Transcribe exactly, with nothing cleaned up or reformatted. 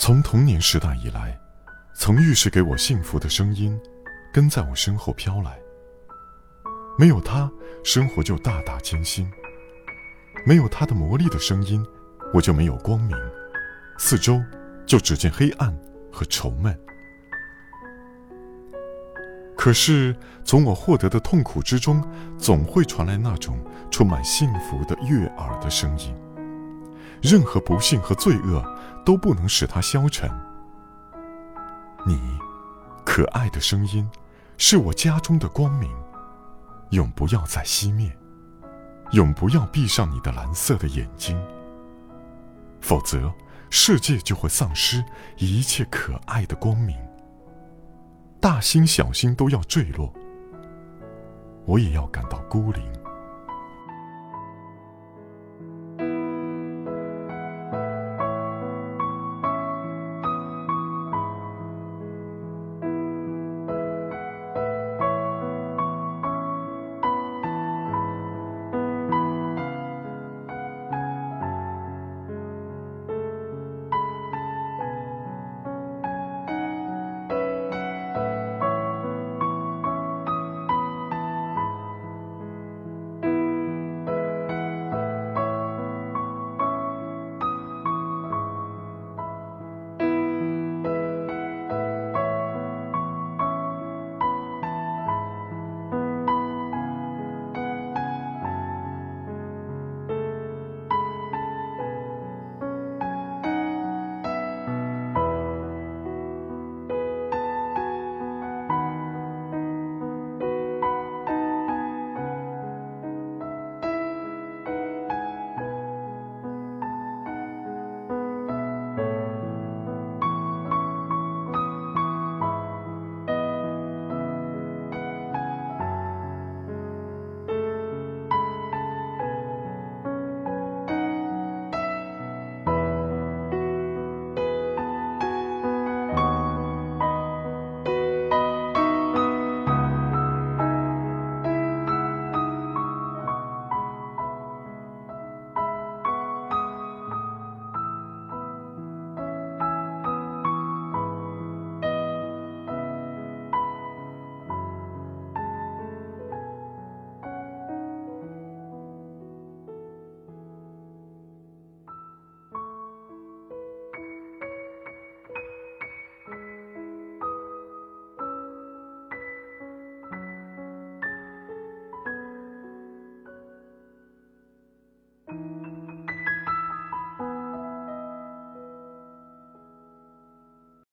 从童年时代以来，曾预示给我幸福的声音跟在我身后飘来。没有它，生活就大大艰辛；没有它的魔力的声音，我就没有光明，四周就只见黑暗和愁闷。可是从我获得的痛苦之中，总会传来那种充满幸福的悦耳的声音，任何不幸和罪恶都不能使它消沉。你可爱的声音是我家中的光明，永不要再熄灭，永不要闭上你的蓝色的眼睛，否则世界就会丧失一切可爱的光明，大星小星都要坠落，我也要感到孤零。